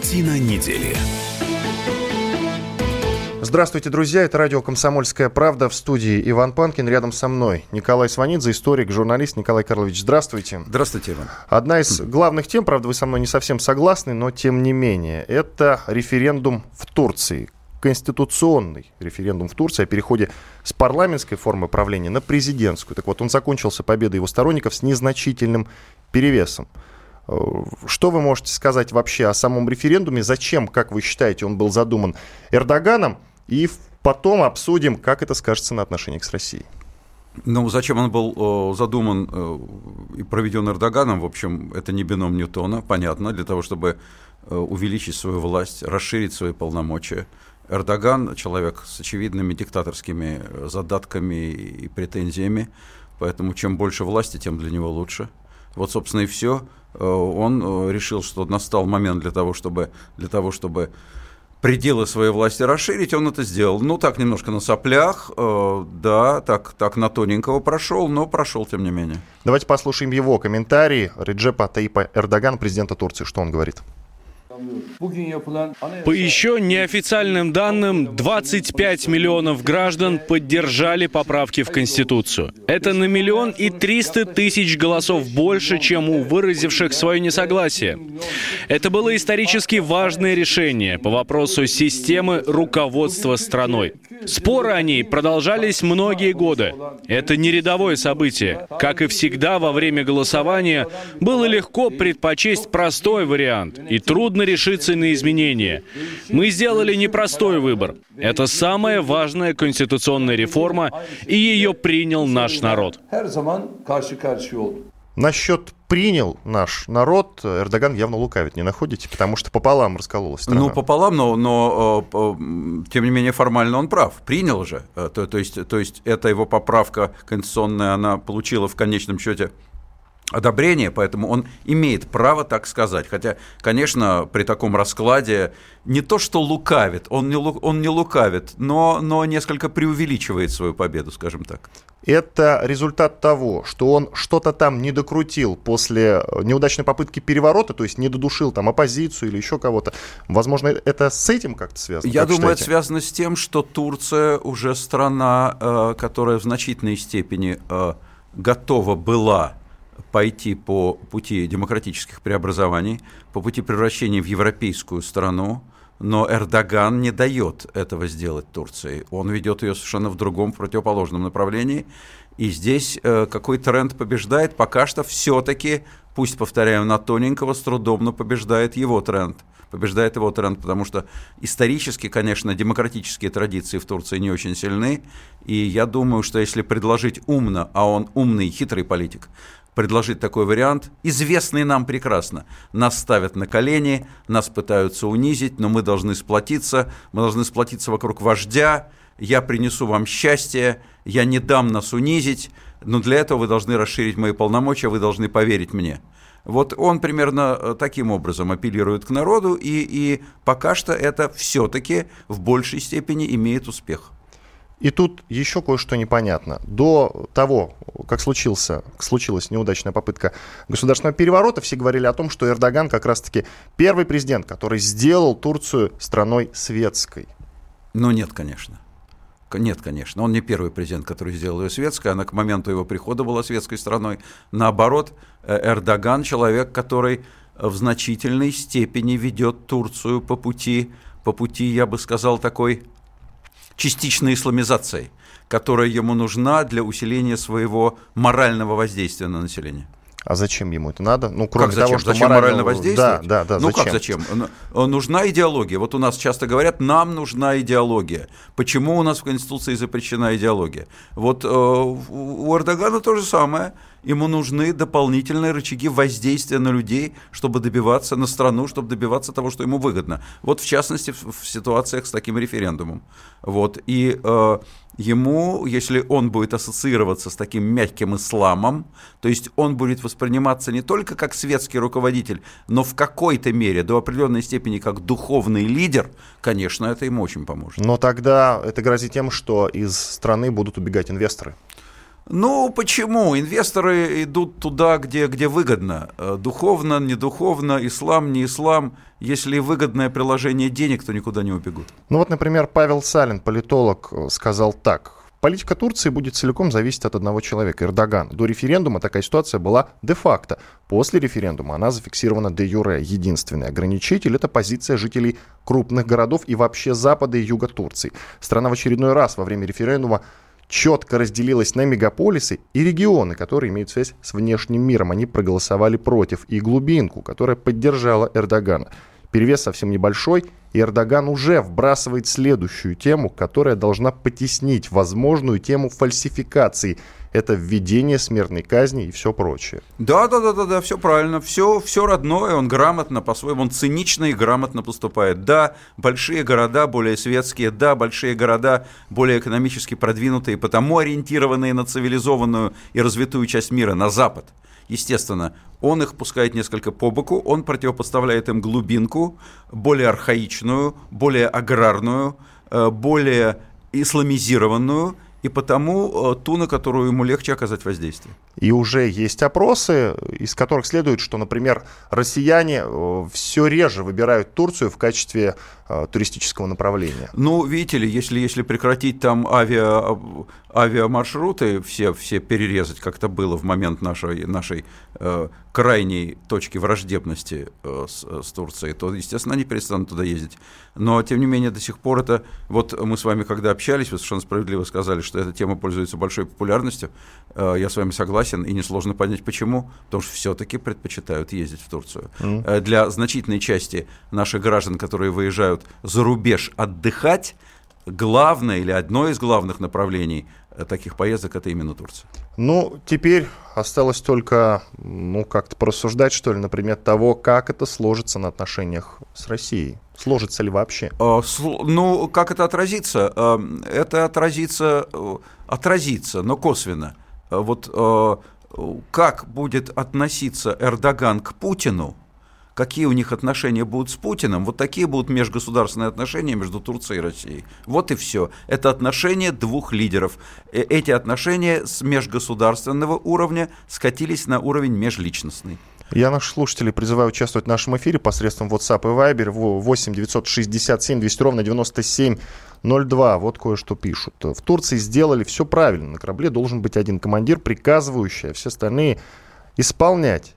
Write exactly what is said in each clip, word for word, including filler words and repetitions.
Картина недели. Здравствуйте, друзья. Это радио «Комсомольская правда», в студии Иван Панкин. Рядом со мной Николай Сванидзе, историк, журналист. Николай Карлович, здравствуйте. Здравствуйте, Иван. Одна из главных тем, правда, вы со мной не совсем согласны, но тем не менее, это референдум в Турции. Конституционный референдум в Турции о переходе с парламентской формы правления на президентскую. Так вот, он закончился победой его сторонников с незначительным перевесом. Что вы можете сказать вообще о самом референдуме? Зачем, как вы считаете, он был задуман Эрдоганом? И потом обсудим, как это скажется на отношениях с Россией. Ну, зачем он был э, задуман э, и проведен Эрдоганом, в общем, это не бином Ньютона, понятно, для того, чтобы э, увеличить свою власть, расширить свои полномочия. Эрдоган – человек с очевидными диктаторскими задатками и претензиями, поэтому чем больше власти, тем для него лучше. Вот, собственно, и все. Он решил, что настал момент для того, чтобы, для того, чтобы пределы своей власти расширить, он это сделал. Ну, так, немножко на соплях, э, да, так, так на тоненького прошел, но прошел, тем не менее. Давайте послушаем его комментарии. Реджепа Таyyипа Эрдогана, президента Турции, что он говорит. По еще неофициальным данным, двадцать пять миллионов граждан поддержали поправки в Конституцию. Это на миллион и триста тысяч голосов больше, чем у выразивших свое несогласие. Это было исторически важное решение по вопросу системы руководства страной. Споры о ней продолжались многие годы. Это не рядовое событие. Как и всегда во время голосования, было легко предпочесть простой вариант и трудно решиться на изменения. Мы сделали непростой выбор. Это самая важная конституционная реформа, и ее принял наш народ. Насчет «принял наш народ» Эрдоган явно лукавит, не находите? Потому что пополам раскололась страна. Ну, пополам, но, но тем не менее формально он прав. Принял же. То, то, есть, то есть эта его поправка конституционная, она получила в конечном счете одобрение, поэтому он имеет право так сказать. Хотя, конечно, при таком раскладе не то что лукавит, он не, он не лукавит, но, но несколько преувеличивает свою победу, скажем так. Это результат того, что он что-то там не докрутил после неудачной попытки переворота, то есть не додушил там оппозицию или еще кого-то. Возможно, это с этим как-то связано? Я как думаю, считаете? Это связано с тем, что Турция уже страна, которая в значительной степени готова была пойти по пути демократических преобразований, по пути превращения в европейскую страну, но Эрдоган не дает этого сделать Турции. Он ведет ее совершенно в другом, в противоположном направлении. И здесь э, какой тренд побеждает? Пока что все-таки, пусть, повторяю, на тоненького, с трудом, но побеждает его тренд. Побеждает его тренд, потому что исторически, конечно, демократические традиции в Турции не очень сильны. И я думаю, что если предложить умно, а он умный, хитрый политик, предложить такой вариант, известный нам прекрасно. Нас ставят на колени, нас пытаются унизить, но мы должны сплотиться, мы должны сплотиться вокруг вождя, я принесу вам счастье, я не дам нас унизить, но для этого вы должны расширить мои полномочия, вы должны поверить мне. Вот он примерно таким образом апеллирует к народу, и, и пока что это все-таки в большей степени имеет успех. И тут еще кое-что непонятно. До того, как случился, случилась неудачная попытка государственного переворота, все говорили о том, что Эрдоган как раз-таки первый президент, который сделал Турцию страной светской. Ну нет, конечно. Нет, конечно. Он не первый президент, который сделал ее светской. Она к моменту его прихода была светской страной. Наоборот, Эрдоган — человек, который в значительной степени ведет Турцию по пути, по пути, я бы сказал, такой частичной исламизацией, которая ему нужна для усиления своего морального воздействия на население. А зачем ему это надо? Ну, кроме как зачем? того, что зачем морального... морально воздействовать? Да, да, да. Ну, зачем? как зачем? Нужна идеология. Вот у нас часто говорят, нам нужна идеология. Почему у нас в Конституции запрещена идеология? Вот э, у Эрдогана то же самое. Ему нужны дополнительные рычаги воздействия на людей, чтобы добиваться, на страну, чтобы добиваться того, что ему выгодно. Вот в частности в, в ситуациях с таким референдумом. Вот. И э, ему, если он будет ассоциироваться с таким мягким исламом, то есть он будет восприниматься не только как светский руководитель, но в какой-то мере, до определенной степени, как духовный лидер, конечно, это ему очень поможет. Но тогда это грозит тем, что из страны будут убегать инвесторы. Ну, почему? Инвесторы идут туда, где, где выгодно. Духовно, не духовно, ислам, не ислам. Если выгодное приложение денег, то никуда не убегут. Ну вот, например, Павел Салин, политолог, сказал так. Политика Турции будет целиком зависеть от одного человека, Эрдогана. До референдума такая ситуация была де-факто. После референдума она зафиксирована де-юре. Единственный ограничитель – это позиция жителей крупных городов и вообще запада и юга Турции. Страна в очередной раз во время референдума четко разделилась на мегаполисы и регионы, которые имеют связь с внешним миром. Они проголосовали против. И глубинку, которая поддержала Эрдогана. Перевес совсем небольшой, и Эрдоган уже вбрасывает следующую тему, которая должна потеснить возможную тему фальсификации. Это введение смертной казни и все прочее. Да, да, да, да, да, все правильно, все, все родное, он грамотно по-своему, он цинично и грамотно поступает. Да, большие города более светские, да, большие города более экономически продвинутые, потому ориентированные на цивилизованную и развитую часть мира, на Запад. Естественно, он их пускает несколько по боку, он противопоставляет им глубинку, более архаичную, более аграрную, более исламизированную, и потому ту, на которую ему легче оказать воздействие. И уже есть опросы, из которых следует, что, например, россияне все реже выбирают Турцию в качестве э, туристического направления. Ну, видите ли, если, если прекратить там авиа, авиамаршруты, все, все перерезать, как это было в момент нашей, нашей э, крайней точки враждебности э, с, с Турцией, то, естественно, они перестанут туда ездить. Но, тем не менее, до сих пор это... Вот мы с вами, когда общались, вы совершенно справедливо сказали, что эта тема пользуется большой популярностью. Э, я с вами согласен. И несложно понять, почему. Потому что все-таки предпочитают ездить в Турцию. Mm. Для значительной части наших граждан, которые выезжают за рубеж отдыхать, главное или одно из главных направлений таких поездок – это именно Турция. Ну, теперь осталось только, ну, как-то порассуждать, что ли, на предмет того, как это сложится на отношениях с Россией. Сложится ли вообще? Ну, как это отразится? Это отразится, отразится, но косвенно. Вот э, как будет относиться Эрдоган к Путину, какие у них отношения будут с Путиным, вот такие будут межгосударственные отношения между Турцией и Россией. Вот и все. Это отношения двух лидеров. Эти отношения с межгосударственного уровня скатились на уровень межличностный. Я наших слушателей призываю участвовать в нашем эфире посредством WhatsApp и Viber восемь девятьсот шестьдесят семь двести ровно девяносто семь ноль два. Вот кое-что пишут. В Турции сделали все правильно. На корабле должен быть один командир, приказывающий, а все остальные исполнять.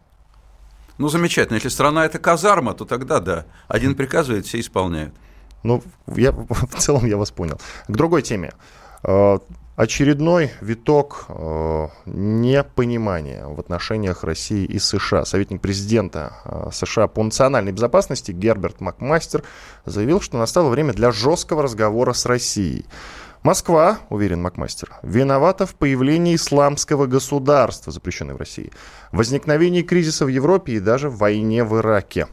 Ну, замечательно. Если страна это казарма, то тогда да. Один приказывает, все исполняют. Ну, я, в целом я вас понял. К другой теме. Очередной виток э, непонимания в отношениях России и США. Советник президента э, США по национальной безопасности Герберт Макмастер заявил, что настало время для жесткого разговора с Россией. Москва, уверен Макмастер, виновата в появлении исламского государства, запрещенной в России, возникновении кризиса в Европе и даже в войне в Ираке.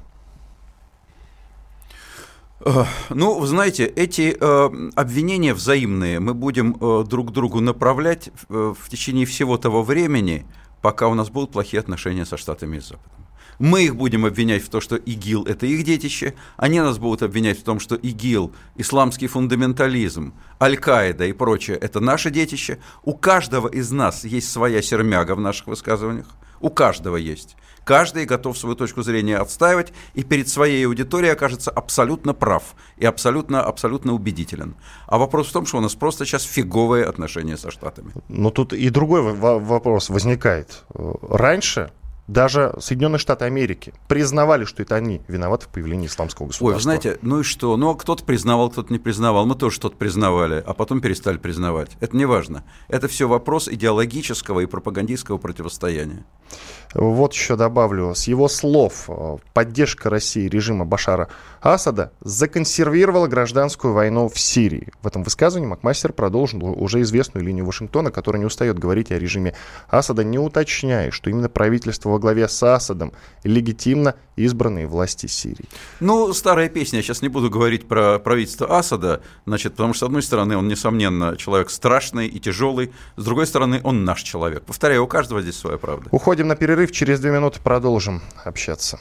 Ну, вы знаете, эти э, обвинения взаимные мы будем э, друг другу направлять в, в течение всего того времени, пока у нас будут плохие отношения со Штатами и Западом. Мы их будем обвинять в том, что ИГИЛ – это их детище, они нас будут обвинять в том, что ИГИЛ, исламский фундаментализм, Аль-Каида и прочее – это наше детище. У каждого из нас есть своя сермяга в наших высказываниях, у каждого есть. Каждый готов свою точку зрения отстаивать и перед своей аудиторией окажется абсолютно прав и абсолютно, абсолютно убедителен. А вопрос в том, что у нас просто сейчас фиговые отношения со Штатами. Но тут и другой вопрос возникает. Раньше даже Соединенные Штаты Америки признавали, что это они виноваты в появлении исламского государства. Ой, вы знаете, ну и что? Ну, кто-то признавал, кто-то не признавал. Мы тоже что-то признавали, а потом перестали признавать. Это не важно. Это все вопрос идеологического и пропагандистского противостояния. Вот еще добавлю, с его слов, поддержка России режима Башара Асада законсервировала гражданскую войну в Сирии. В этом высказывании Макмастер продолжил уже известную линию Вашингтона, которая не устает говорить о режиме Асада, не уточняя, что именно правительство во главе с Асадом легитимно избранные власти Сирии. Ну, старая песня, я сейчас не буду говорить про правительство Асада, значит, потому что, с одной стороны, он, несомненно, человек страшный и тяжелый, с другой стороны, он наш человек. Повторяю, у каждого здесь своя правда. Уходим на перерыв, через две минуты продолжим общаться.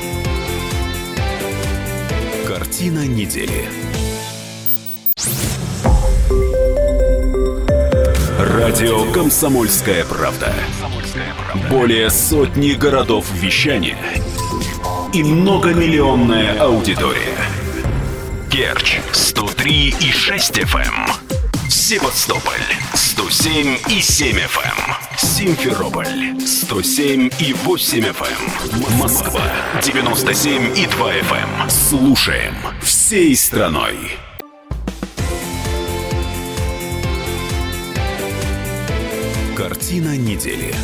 Картина недели. Радио «Комсомольская правда». Более сотни городов вещания и многомиллионная аудитория. Керчь сто три и шесть эф эм, Севастополь сто семь и семь эф эм, Симферополь сто семь и восемь эф эм, Москва девяносто семь и два эф эм. Слушаем всей страной. Картина недели.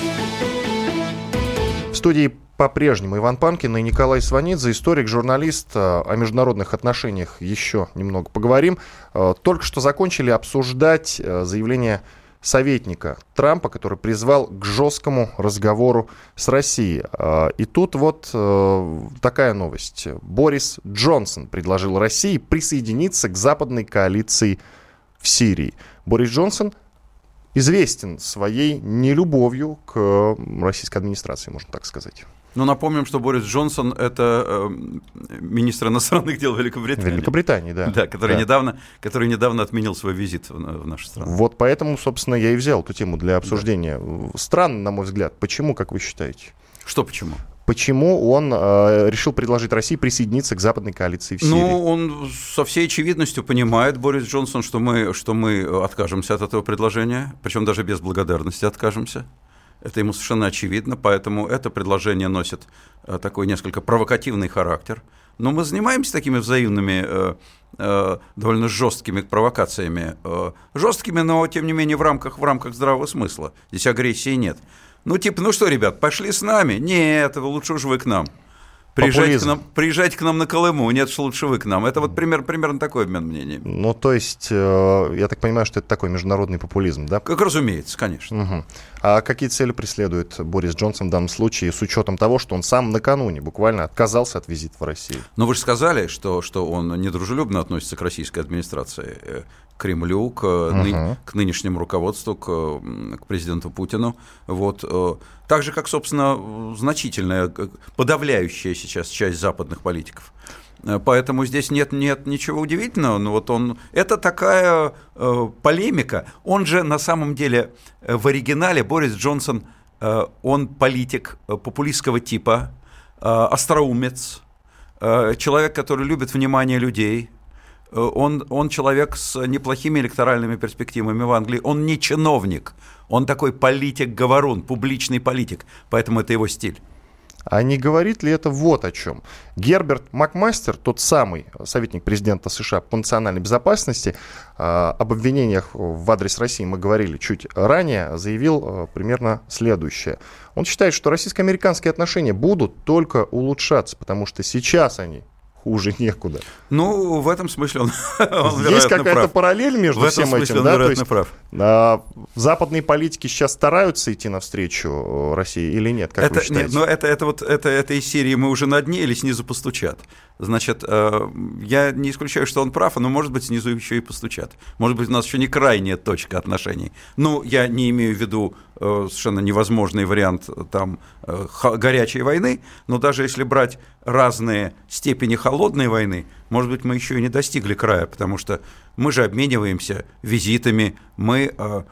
В студии по-прежнему Иван Панкин и Николай Сванидзе, историк, журналист. О международных отношениях еще немного поговорим. Только что закончили обсуждать заявление советника Трампа, который призвал к жесткому разговору с Россией. И тут вот такая новость. Борис Джонсон предложил России присоединиться к западной коалиции в Сирии. Борис Джонсон известен своей нелюбовью к российской администрации, можно так сказать. Ну, напомним, что Борис Джонсон – это э, министр иностранных дел Великобритании. Великобритании, да. Да, который, да. Недавно, который недавно отменил свой визит в, в нашу страну. Вот поэтому, собственно, я и взял эту тему для обсуждения. Да. Странно, на мой взгляд. Почему, как вы считаете? Что почему? Почему он э, решил предложить России присоединиться к западной коалиции в Сирии? Ну, он со всей очевидностью понимает, Борис Джонсон, что мы, что мы откажемся от этого предложения, причем даже без благодарности откажемся. Это ему совершенно очевидно, поэтому это предложение носит э, такой несколько провокативный характер. Но мы занимаемся такими взаимными, э, э, довольно жесткими провокациями. Э, жесткими, но, тем не менее, в рамках, в рамках здравого смысла. Здесь агрессии нет. Ну, типа, ну что, ребят, пошли с нами? Нет, лучше уж вы к нам. Приезжайте к нам, приезжайте к нам на Колыму. Нет, что лучше вы к нам. Это вот пример, примерно такой обмен мнениями. Ну, то есть, э, я так понимаю, что это такой международный популизм, да? Как разумеется, конечно. Угу. А какие цели преследует Борис Джонсон в данном случае, с учетом того, что он сам накануне буквально отказался от визита в Россию? Ну, вы же сказали, что, что он недружелюбно относится к российской администрации, к Кремлю, к, uh-huh. ны, к нынешнему руководству, к, к президенту Путину. Вот. Так же, как, собственно, значительная, подавляющая сейчас часть западных политиков. Поэтому здесь нет, нет ничего удивительного. Но вот он, это такая э, полемика. Он же на самом деле в оригинале, Борис Джонсон, э, он политик популистского типа, э, остроумец, э, человек, который любит внимание людей. Он, он человек с неплохими электоральными перспективами в Англии. Он не чиновник, он такой политик-говорун, публичный политик, поэтому это его стиль. А не говорит ли это вот о чем? Герберт Макмастер, тот самый советник президента США по национальной безопасности, об обвинениях в адрес России мы говорили чуть ранее, заявил примерно следующее. Он считает, что российско-американские отношения будут только улучшаться, потому что сейчас они хуже некуда. Ну, в этом смысле он, он Есть какая-то прав. параллель между всем этим, В этом смысле он, да? вероятно, То есть, прав. А, западные политики сейчас стараются идти навстречу России или нет, как это, вы считаете? Нет, но это, это вот это, это из серии «Мы уже на дне» или «Снизу постучат». Значит, э, я не исключаю, что он прав, но, может быть, снизу еще и постучат. Может быть, у нас еще не крайняя точка отношений. Ну, я не имею в виду э, совершенно невозможный вариант там э, х- горячей войны, но даже если брать разные степени холодной войны, может быть, мы еще и не достигли края, потому что мы же обмениваемся визитами, мы э,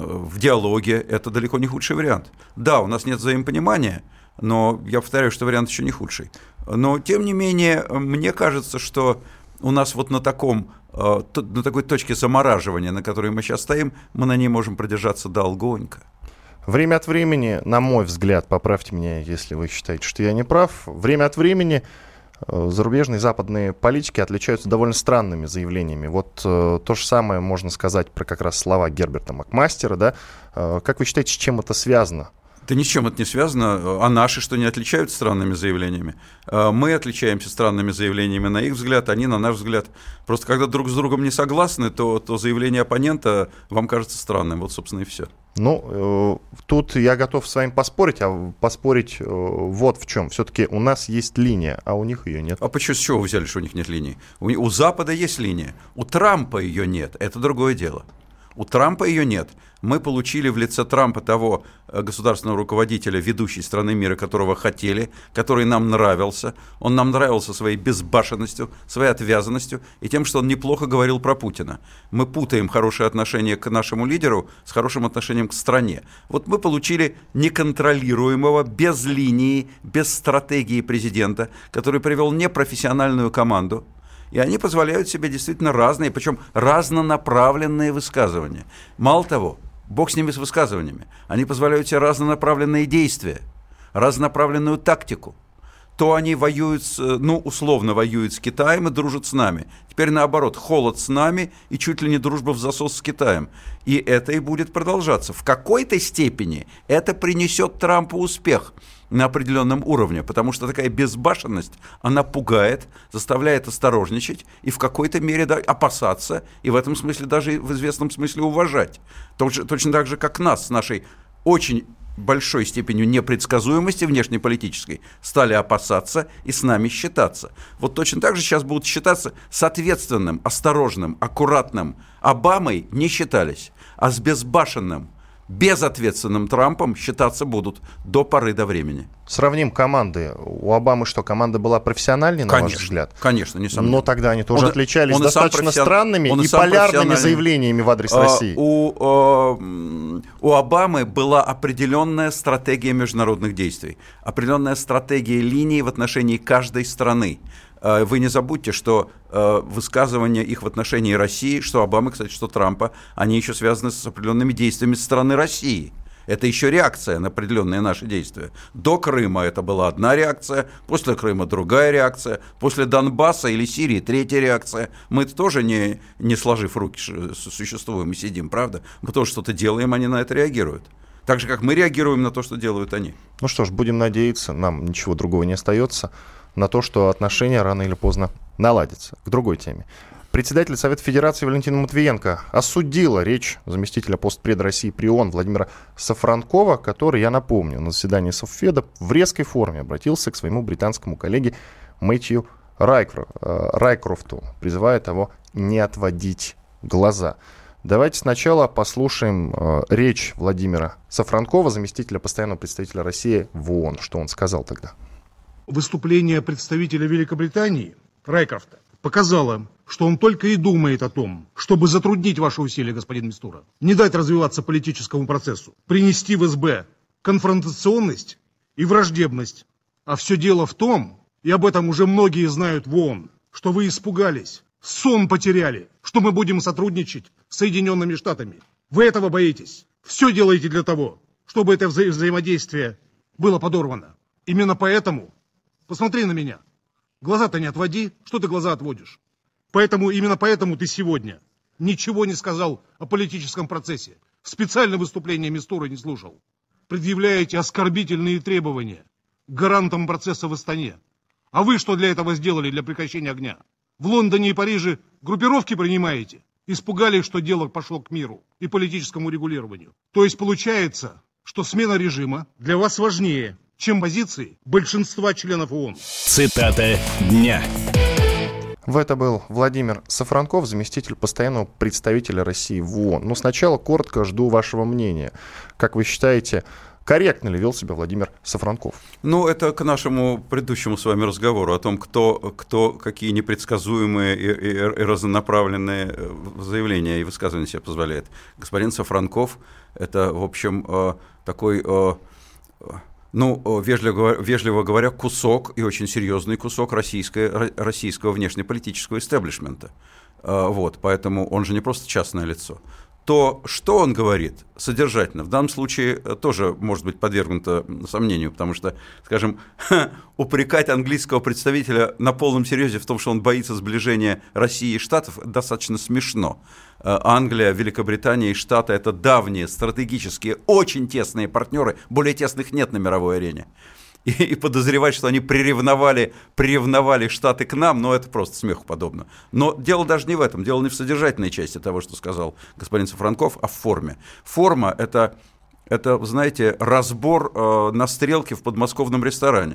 в диалоге, это далеко не худший вариант. Да, у нас нет взаимопонимания, но я повторяю, что вариант еще не худший. Но, тем не менее, мне кажется, что у нас вот на таком, на такой точке замораживания, на которой мы сейчас стоим, мы на ней можем продержаться долгонько. Время от времени, на мой взгляд, поправьте меня, если вы считаете, что я не прав, время от времени зарубежные западные политики отличаются довольно странными заявлениями. Вот то же самое можно сказать про как раз слова Герберта Макмастера, да? Как вы считаете, с чем это связано? Да ни с чем это не связано. А наши что, не отличаются странными заявлениями? Мы отличаемся странными заявлениями на их взгляд, они на наш взгляд. Просто когда друг с другом не согласны, то, то заявление оппонента вам кажется странным. Вот, собственно, и все. Ну, э, тут я готов с вами поспорить, а поспорить э, вот в чем. Все-таки у нас есть линия, а у них ее нет. А почему, с чего вы взяли, что у них нет линии? У, у Запада есть линия, у Трампа ее нет, это другое дело. У Трампа ее нет. Мы получили в лице Трампа того государственного руководителя ведущей страны мира, которого хотели, который нам нравился. Он нам нравился своей безбашенностью, своей отвязанностью и тем, что он неплохо говорил про Путина. Мы путаем хорошее отношение к нашему лидеру с хорошим отношением к стране. Вот мы получили неконтролируемого, без линии, без стратегии президента, который привел непрофессиональную команду. И они позволяют себе действительно разные, причем разнонаправленные высказывания. Мало того, бог с ними, с высказываниями, они позволяют себе разнонаправленные действия, разнонаправленную тактику. То они воюют, с, ну, условно воюют с Китаем и дружат с нами. Теперь наоборот, холод с нами и чуть ли не дружба в засос с Китаем. И это и будет продолжаться. В какой-то степени это принесет Трампу успех на определенном уровне, потому что такая безбашенность, она пугает, заставляет осторожничать и в какой-то мере да, опасаться, и в этом смысле даже в известном смысле уважать. Точно, точно так же, как нас с нашей очень большой степенью непредсказуемости внешнеполитической стали опасаться и с нами считаться. Вот точно так же сейчас будут считаться с ответственным, осторожным, аккуратным Обамой не считались, а с безбашенным, безответственным Трампом считаться будут до поры до времени. Сравним команды. У Обамы что, команда была профессиональнее, на конечно, ваш взгляд? Конечно, несомненно. Но тогда они тоже он, отличались он достаточно странными и, и полярными заявлениями в адрес а, России. У, а, у Обамы была определенная стратегия международных действий, определенная стратегия линии в отношении каждой страны. Вы не забудьте, что э, высказывания их в отношении России, что Обамы, кстати, что Трампа, они еще связаны с определенными действиями со стороны России. Это еще реакция на определенные наши действия. До Крыма это была одна реакция, после Крыма другая реакция, после Донбасса или Сирии третья реакция. Мы тоже не, не сложив руки существуем и сидим, правда? Мы тоже что-то делаем, они на это реагируют. Так же, как мы реагируем на то, что делают они. Ну что ж, будем надеяться, нам ничего другого не остается, на то, что отношения рано или поздно наладятся. К другой теме. Председатель Совета Федерации Валентина Матвиенко осудила речь заместителя постпреда России при ООН Владимира Сафронкова, который, я напомню, на заседании Совфеда в резкой форме обратился к своему британскому коллеге Мэтью Райкрофту, призывая того не отводить глаза. Давайте сначала послушаем э, речь Владимира Сафронкова, заместителя постоянного представителя России в ООН. Что он сказал тогда? Выступление представителя Великобритании Райкрофта показало, что он только и думает о том, чтобы затруднить ваши усилия, господин Мистура, не дать развиваться политическому процессу, принести в СБ конфронтационность и враждебность. А все дело в том, и об этом уже многие знают в ООН, что вы испугались, сон потеряли, что мы будем сотрудничать с Соединенными Штатами. Вы этого боитесь. Все делаете для того, чтобы это вза- взаимодействие было подорвано. Именно поэтому... Посмотри на меня. Глаза-то не отводи. Что ты глаза отводишь? Поэтому, именно поэтому ты сегодня ничего не сказал о политическом процессе. Специально выступление Мистура не слушал. Предъявляете оскорбительные требования к гарантам процесса в Астане. А вы что для этого сделали, для прекращения огня? В Лондоне и Париже группировки принимаете? Испугались, что дело пошло к миру и политическому регулированию. То есть получается, что смена режима для вас важнее, чем позиции большинства членов ООН. Цитата дня. В это был Владимир Сафронков, заместитель постоянного представителя России в ООН. Но сначала коротко жду вашего мнения. Как вы считаете, корректно ли вел себя Владимир Сафронков? Ну, это к нашему предыдущему с вами разговору о том, кто, кто какие непредсказуемые и, и, и разнонаправленные заявления и высказывания себе позволяет. Господин Сафронков – это, в общем, такой... Ну, вежливо, вежливо говоря, кусок, и очень серьезный кусок российского, российского внешнеполитического истеблишмента. Вот, поэтому он же не просто частное лицо. То, что он говорит, содержательно, в данном случае тоже может быть подвергнуто сомнению, потому что, скажем, упрекать английского представителя на полном серьезе в том, что он боится сближения России и Штатов, достаточно смешно. Англия, Великобритания и Штаты – это давние, стратегические, очень тесные партнеры, более тесных нет на мировой арене. И, и подозревать, что они приревновали, приревновали Штаты к нам, ну, это просто смеху подобно. Но дело даже не в этом, дело не в содержательной части того, что сказал господин Сафронков, а в форме. Форма – это, это, знаете, разбор э, на стрелке в подмосковном ресторане.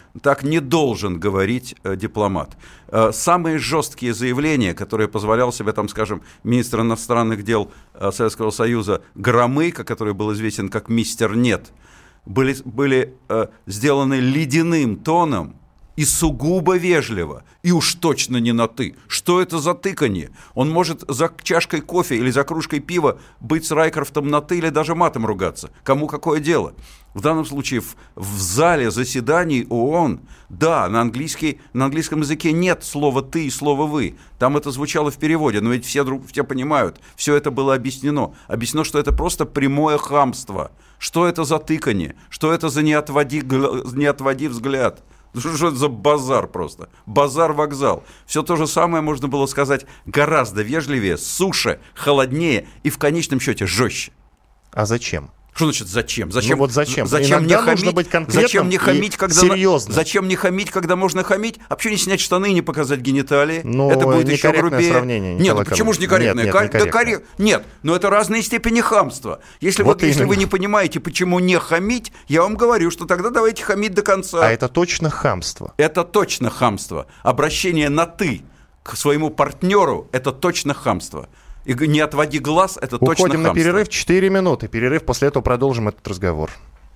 Так не должен говорить э, дипломат. Э, самые жесткие заявления, которые позволял себе, там, скажем, министр иностранных дел э, Советского Союза Громыко, который был известен как мистер Нет, были, были э, сделаны ледяным тоном и сугубо вежливо, и уж точно не на «ты». Что это за тыканье? Он может за чашкой кофе или за кружкой пива быть с Райкрофтом на «ты» или даже матом ругаться. Кому какое дело? В данном случае в, в зале заседаний ООН, да, на, английский, на английском языке нет слова «ты» и слова «вы». Там это звучало в переводе, но ведь все, все понимают, все это было объяснено. Объяснено, что это просто прямое хамство. Что это за тыканье? Что это за «не отводи, не отводи взгляд»? Что это за базар просто? Базар-вокзал. Все то же самое можно было сказать гораздо вежливее, суше, холоднее и в конечном счете жестче. А зачем? Что значит зачем? Зачем? Ну вот зачем? Зачем мне хамить? Быть зачем мне хамить, когда серьезно? Зачем мне хамить, когда можно хамить? А почему не снять штаны и не показать гениталии? Но это будет еще грубее. Сравнение, нет, ну почему же некорректное? Нет, нет, да, коррек... нет, но это разные степени хамства. Если, вот вот, если вы не понимаете, почему не хамить, я вам говорю, что тогда давайте хамить до конца. А это точно хамство. Это точно хамство. Обращение на «ты» к своему партнеру – это точно хамство. И не отводи глаз, это Уходим точно хамство. Уходим на перерыв, четыре минуты. Перерыв, после этого продолжим этот разговор.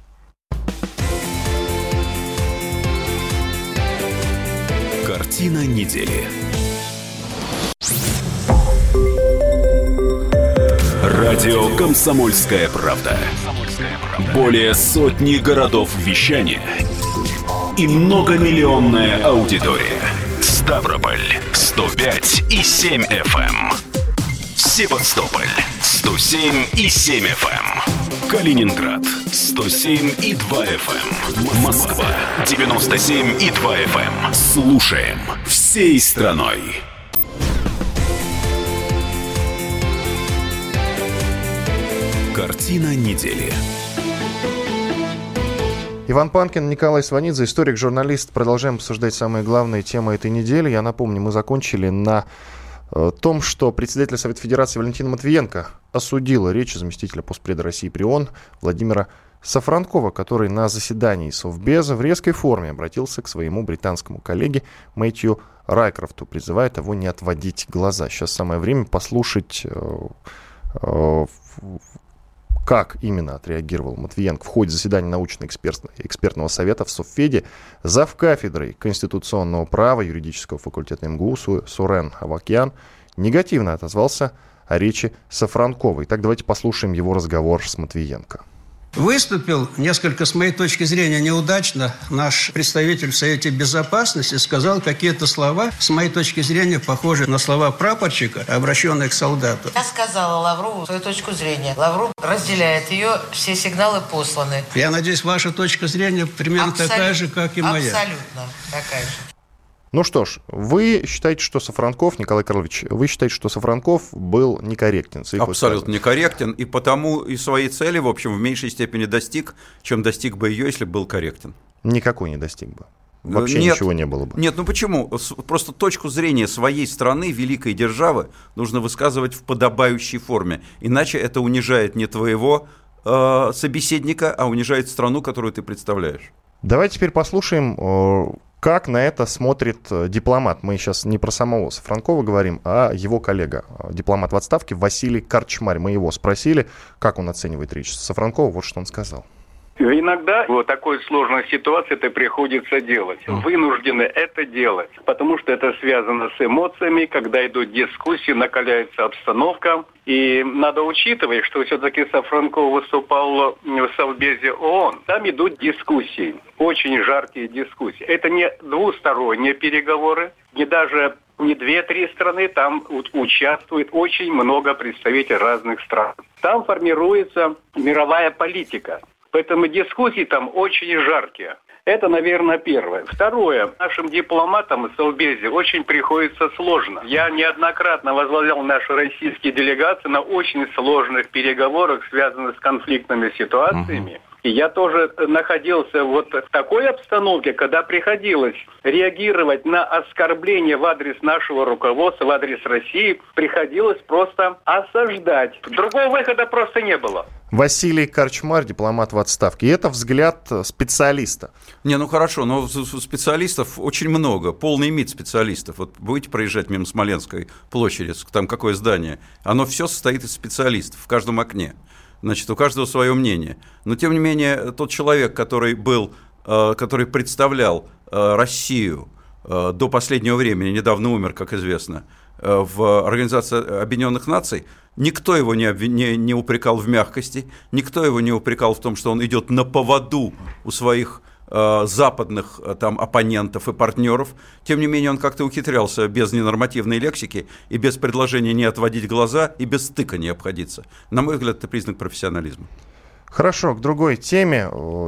Картина недели. Радио «Комсомольская правда». Более сотни городов вещания и многомиллионная аудитория. Ставрополь сто пять и семь эф эм. Севастополь сто семь и семь эф эм. Калининград сто семь и два эф эм. Москва девяносто семь и два эф эм. Слушаем всей страной. Картина недели. Иван Панкин, Николай Сванидзе, историк, журналист. Продолжаем обсуждать самые главные темы этой недели. Я напомню, мы закончили на э, том, что председатель Совета Федерации Валентина Матвиенко осудила речь заместителя постпреда России при ООН Владимира Сафранкова, который на заседании Совбеза в резкой форме обратился к своему британскому коллеге Мэтью Райкрофту, призывая того не отводить глаза. Сейчас самое время послушать, э, э, как именно отреагировал Матвиенко в ходе заседания научно-экспертного совета в Совфеде завкафедрой конституционного права юридического факультета эм гэ у Сурен Авакян негативно отозвался о речи Сафранкова. Итак, давайте послушаем его разговор с Матвиенко. Выступил несколько, с моей точки зрения, неудачно наш представитель в Совете Безопасности, сказал какие-то слова, с моей точки зрения, похожие на слова прапорщика, обращенные к солдату. Я сказала Лаврову свою точку зрения. Лавров разделяет ее, все сигналы посланы. Я надеюсь, ваша точка зрения примерно абсолютно, такая же, как и моя. Абсолютно такая же. Ну что ж, вы считаете, что Сафранков, Николай Карлович, вы считаете, что Сафранков был некорректен? Абсолютно некорректен, и потому и своей цели, в общем, в меньшей степени достиг, чем достиг бы ее, если бы был корректен. Никакой не достиг бы. Вообще нет, ничего не было бы. Нет, ну почему? Просто точку зрения своей страны, великой державы, нужно высказывать в подобающей форме. Иначе это унижает не твоего э, собеседника, а унижает страну, которую ты представляешь. Давайте теперь послушаем, э, как на это смотрит дипломат. Мы сейчас не про самого Сафранкова говорим, а его коллега, дипломат в отставке Василий Корчмарь. Мы его спросили, как он оценивает речь Сафранкова. Вот что он сказал. Иногда в такой сложной ситуации это приходится делать. Вынуждены это делать, потому что это связано с эмоциями, когда идут дискуссии, накаляется обстановка. И надо учитывать, что все-таки Сафранков выступал в Совбезе ООН. Там идут дискуссии, очень жаркие дискуссии. Это не двусторонние переговоры, не даже не две-три страны, там участвует очень много представителей разных стран. Там формируется мировая политика. Поэтому дискуссии там очень жаркие. Это, наверное, первое. Второе. Нашим дипломатам в Совбезе очень приходится сложно. Я неоднократно возглавлял наши российские делегации на очень сложных переговорах, связанных с конфликтными ситуациями. Uh-huh. И я тоже находился вот в такой обстановке, когда приходилось реагировать на оскорбления в адрес нашего руководства, в адрес России. Приходилось просто осаждать. Другого выхода просто не было. Василий Корчмар, дипломат в отставке. И это взгляд специалиста. Не, ну хорошо, но специалистов очень много, полный МИД специалистов. Вот будете проезжать мимо Смоленской площади, там какое здание, оно все состоит из специалистов в каждом окне. Значит, у каждого свое мнение. Но, тем не менее, тот человек, который был, который представлял Россию до последнего времени, недавно умер, как известно, в Организации Объединенных Наций, никто его не, не, не упрекал в мягкости, никто его не упрекал в том, что он идет на поводу у своих э, западных э, там, оппонентов и партнеров. Тем не менее, он как-то ухитрялся без ненормативной лексики и без предложения не отводить глаза и без стыка не обходиться. На мой взгляд, это признак профессионализма. Хорошо, к другой теме.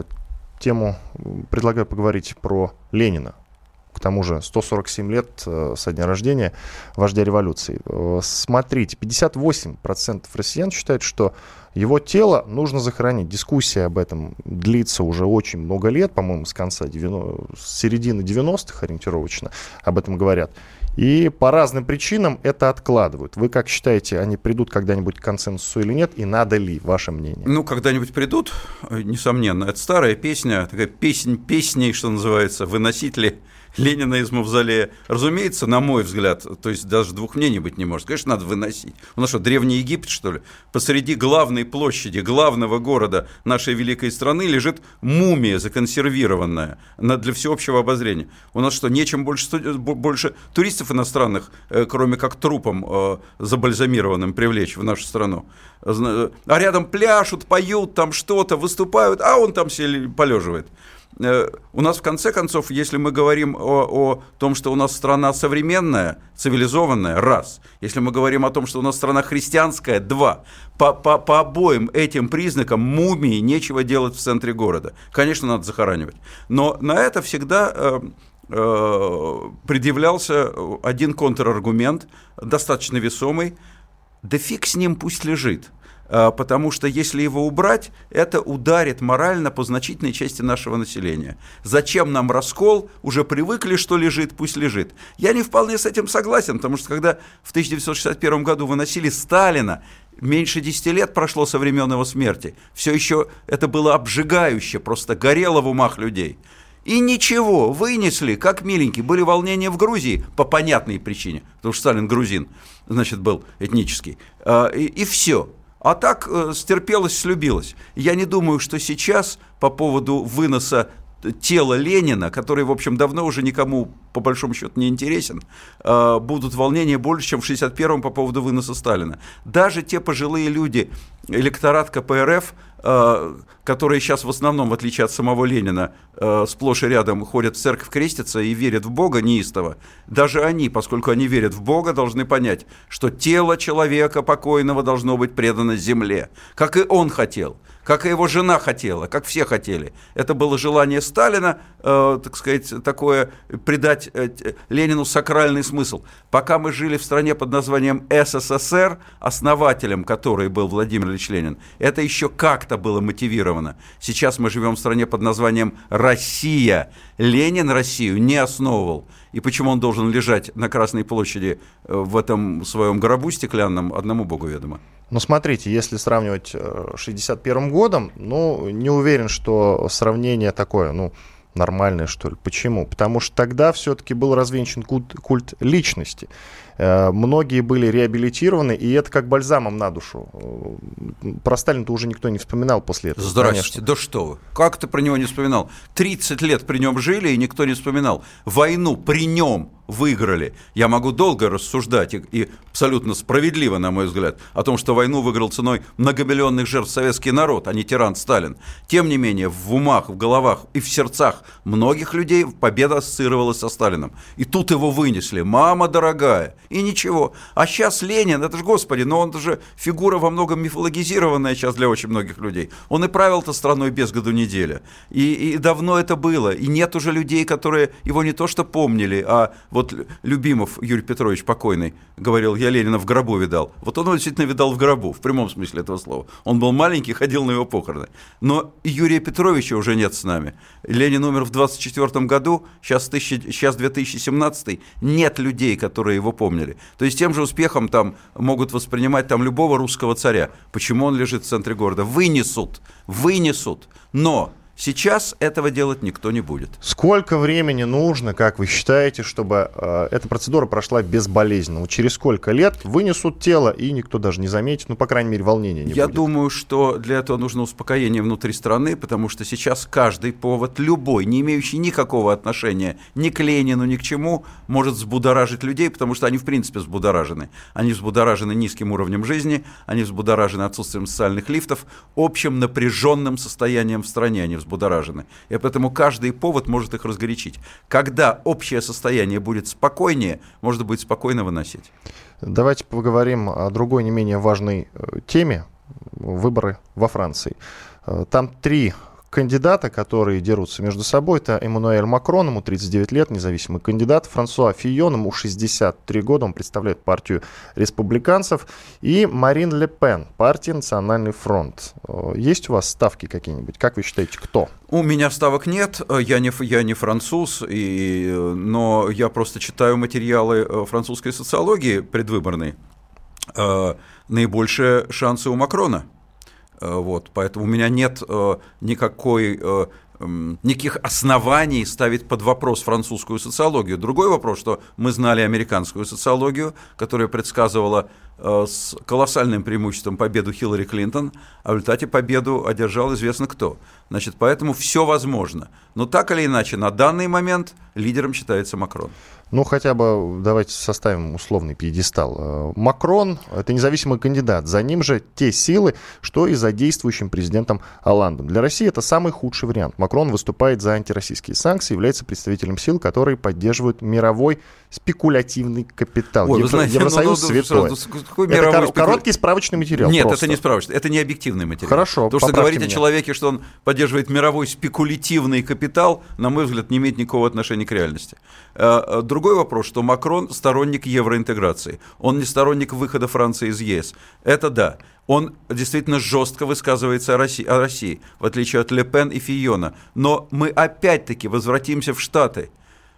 Тему предлагаю поговорить про Ленина. К тому же сто сорок семь лет со дня рождения вождя революции. Смотрите, пятьдесят восемь процентов россиян считают, что его тело нужно захоронить. Дискуссия об этом длится уже очень много лет, по-моему, с конца девяностых, с середины девяностых ориентировочно об этом говорят. И по разным причинам это откладывают. Вы как считаете, они придут когда-нибудь к консенсусу или нет? И надо ли, ваше мнение? Ну, когда-нибудь придут, несомненно. Это старая песня, такая песнь песней, что называется, выносители Ленина из мавзолея. Разумеется, на мой взгляд, то есть даже двух мнений быть не может. Конечно, надо выносить. У нас что, Древний Египет, что ли? Посреди главной площади, главного города нашей великой страны лежит мумия законсервированная для всеобщего обозрения. У нас что, нечем больше, больше туристов иностранных, кроме как трупом забальзамированным, привлечь в нашу страну? А рядом пляшут, поют, там что-то, выступают, а он там себе полеживает. У нас, в конце концов, если мы говорим о, о том, что у нас страна современная, цивилизованная, раз. Если мы говорим о том, что у нас страна христианская, два. По, по, по обоим этим признакам мумии нечего делать в центре города. Конечно, надо захоранивать. Но на это всегда э, э, предъявлялся один контраргумент, достаточно весомый. Да фиг с ним, пусть лежит. Потому что если его убрать, это ударит морально по значительной части нашего населения. Зачем нам раскол? Уже привыкли, что лежит, пусть лежит. Я не вполне с этим согласен, потому что когда в тысяча девятьсот шестьдесят первом году выносили Сталина, меньше десяти лет прошло со времен его смерти, все еще это было обжигающе, просто горело в умах людей. И ничего, вынесли, как миленький. Были волнения в Грузии по понятной причине, потому что Сталин грузин, значит, был этнический. И, и все. А так э, стерпелось, слюбилось. Я не думаю, что сейчас по поводу выноса тела Ленина, который, в общем, давно уже никому, по большому счету, не интересен, э, будут волнения больше, чем в шестьдесят первом по поводу выноса Сталина. Даже те пожилые люди, электорат ка пэ эр эф, э, которые сейчас в основном, в отличие от самого Ленина, э, сплошь и рядом ходят в церковь, крестятся и верят в Бога неистово, даже они, поскольку они верят в Бога, должны понять, что тело человека покойного должно быть предано земле, как и он хотел, как и его жена хотела, как все хотели. Это было желание Сталина, э, так сказать, такое, придать э, Ленину сакральный смысл. Пока мы жили в стране под названием эс эс эс эр, основателем которой был Владимир Ильич Ленин, это еще как-то было мотивировано. Сейчас мы живем в стране под названием Россия. Ленин Россию не основывал. И почему он должен лежать на Красной площади в этом своем гробу стеклянном, одному Богу ведомо. Ну, смотрите, если сравнивать с шестьдесят первым годом, ну, не уверен, что сравнение такое, ну, нормальное, что ли. Почему? Потому что тогда все-таки был развенчан культ, культ личности. Многие были реабилитированы, и это как бальзамом на душу. Про Сталина-то уже никто не вспоминал после этого. Здрасте, да что вы, как ты про него не вспоминал? тридцать лет при нем жили, и никто не вспоминал. Войну при нем выиграли. Я могу долго рассуждать, и, и абсолютно справедливо, на мой взгляд, о том, что войну выиграл ценой многомиллионных жертв советский народ, а не тиран Сталин. Тем не менее, в умах, в головах и в сердцах многих людей победа ассоциировалась со Сталином. И тут его вынесли. Мама дорогая. И ничего. А сейчас Ленин, это же, господи, но он же фигура во многом мифологизированная сейчас для очень многих людей. Он и правил-то страной без году неделя. И, и давно это было. И нет уже людей, которые его не то что помнили, а вот Любимов Юрий Петрович покойный говорил, я Ленина в гробу видал. Вот он его действительно видал в гробу, в прямом смысле этого слова. Он был маленький, ходил на его похороны. Но Юрия Петровича уже нет с нами. Ленин умер в двадцать четвёртом году, сейчас, тысяча, сейчас две тысячи семнадцатый. Нет людей, которые его помнят. запомнили. То есть тем же успехом там могут воспринимать там любого русского царя. Почему он лежит в центре города? Вынесут, вынесут. Но сейчас этого делать никто не будет. Сколько времени нужно, как вы считаете, чтобы э, эта процедура прошла безболезненно? Вот через сколько лет вынесут тело, и никто даже не заметит, ну, по крайней мере, волнения не Я будет? Я думаю, что для этого нужно успокоение внутри страны, потому что сейчас каждый повод, любой, не имеющий никакого отношения ни к Ленину, ни к чему, может взбудоражить людей, потому что они, в принципе, взбудоражены. Они взбудоражены низким уровнем жизни, они взбудоражены отсутствием социальных лифтов, общим напряженным состоянием в стране они взбудоражены. Взбудоражены. И поэтому каждый повод может их разгорячить. Когда общее состояние будет спокойнее, можно будет спокойно выносить. Давайте поговорим о другой не менее важной теме. Выборы во Франции. Там три кандидата, которые дерутся между собой. Это Эммануэль Макрон, ему тридцать девять лет, независимый кандидат. Франсуа Фийон, ему шестьдесят три года, он представляет партию республиканцев. И Марин Ле Пен, партия Национальный фронт. Есть у вас ставки какие-нибудь? Как вы считаете, кто? У меня ставок нет, я не, я не француз, и, но я просто читаю материалы французской социологии предвыборной. Наибольшие шансы у Макрона. Вот, поэтому у меня нет э, никакой, э, э, никаких оснований ставить под вопрос французскую социологию. Другой вопрос, что мы знали американскую социологию, которая предсказывала э, с колоссальным преимуществом победу Хиллари Клинтон, а в результате победу одержал известно кто. Значит, поэтому все возможно. Но так или иначе, на данный момент лидером считается Макрон. Ну, хотя бы давайте составим условный пьедестал. Макрон – это независимый кандидат. За ним же те силы, что и за действующим президентом Олландом. Для России это самый худший вариант. Макрон выступает за антироссийские санкции, является представителем сил, которые поддерживают мировой спекулятивный капитал. Ой, Евро... знаете, Евросоюз ну, святой. Какой это кор- спекуля... короткий справочный материал. Нет, просто. это не справочный, это не объективный материал. Хорошо, то, что говорить меня. о человеке, что он поддерживает мировой спекулятивный капитал, на мой взгляд, не имеет никакого отношения к реальности. Другой вопрос, что Макрон сторонник евроинтеграции. Он не сторонник выхода Франции из ЕС. Это да. Он действительно жестко высказывается о России, о России, в отличие от Ле Пен и Фийона. Но мы опять-таки возвратимся в Штаты.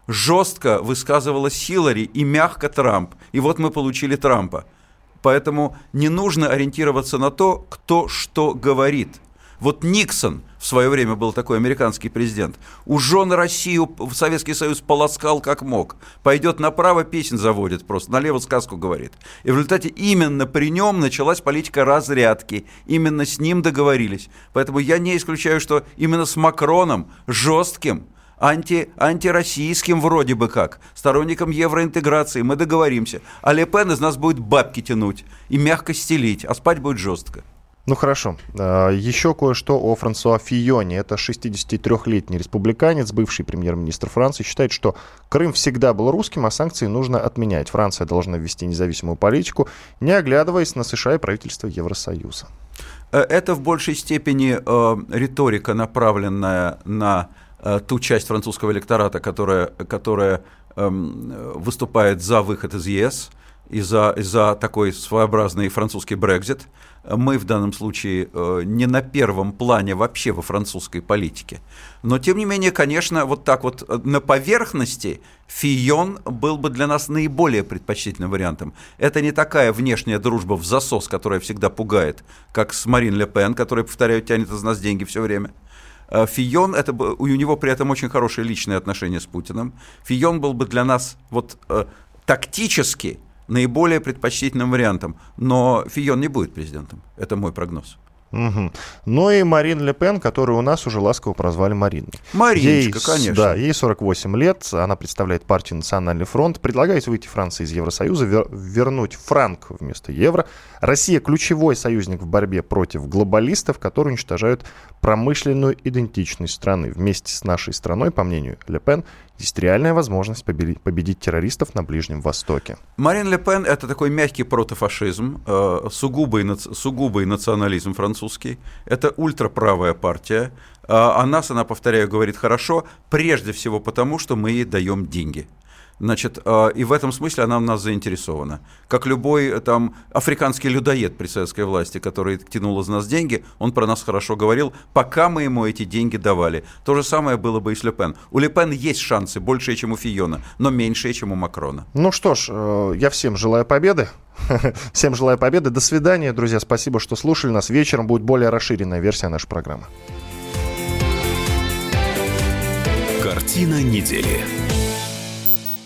Жестко высказывалась Хиллари и мягко Трамп. И вот мы получили Трампа. Поэтому не нужно ориентироваться на то, кто что говорит. Вот Никсон в свое время был такой американский президент. Уж он Россию в Советский Союз полоскал как мог. Пойдет направо, песен заводит просто, налево сказку говорит. И в результате именно при нем началась политика разрядки. Именно с ним договорились. Поэтому я не исключаю, что именно с Макроном, жестким, анти, антироссийским вроде бы как, сторонником евроинтеграции мы договоримся. А Ле Пен из нас будет бабки тянуть и мягко стелить, а спать будет жестко. Ну хорошо. Еще кое-что о Франсуа Фийоне. Это шестидесятитрёхлетний республиканец, бывший премьер-министр Франции. Считает, что Крым всегда был русским, а санкции нужно отменять. Франция должна ввести независимую политику, не оглядываясь на США и правительство Евросоюза. Это в большей степени э, риторика, направленная на э, ту часть французского электората, которая, которая э, выступает за выход из ЕС и за, и за такой своеобразный французский Брексит. Мы в данном случае э, не на первом плане вообще во французской политике. Но, тем не менее, конечно, вот так вот на поверхности Фийон был бы для нас наиболее предпочтительным вариантом. Это не такая внешняя дружба в засос, которая всегда пугает, как с Марин Ле Пен, которая, повторяю, тянет из нас деньги все время. Фийон, это, у него при этом очень хорошие личные отношения с Путиным. Фийон был бы для нас вот э, тактически наиболее предпочтительным вариантом. Но Фийон не будет президентом. Это мой прогноз. Угу. Ну и Марин Ле Пен, которую у нас уже ласково прозвали Мариной. Мариночка, ей, конечно. Да, ей сорок восемь лет, она представляет партию «Национальный фронт», предлагает выйти Франции из Евросоюза, вер, вернуть франк вместо евро. Россия – ключевой союзник в борьбе против глобалистов, которые уничтожают промышленную идентичность страны. Вместе с нашей страной, по мнению Ле Пен, есть реальная возможность победить, победить террористов на Ближнем Востоке. Марин Ле Пен – это такой мягкий протофашизм, э, сугубый, сугубый национализм французский. Это ультраправая партия. Э, о нас она, повторяю, говорит хорошо, прежде всего потому, что мы ей даем деньги. Значит, и в этом смысле она в нас заинтересована. Как любой там африканский людоед при советской власти, который тянул из нас деньги, он про нас хорошо говорил, пока мы ему эти деньги давали. То же самое было бы и с Ле Пен. У Ле Пен есть шансы, большие, чем у Фийона, но меньшие, чем у Макрона. Ну что ж, я всем желаю победы. Всем желаю победы. До свидания, друзья. Спасибо, что слушали нас. Вечером будет более расширенная версия нашей программы. Картина недели.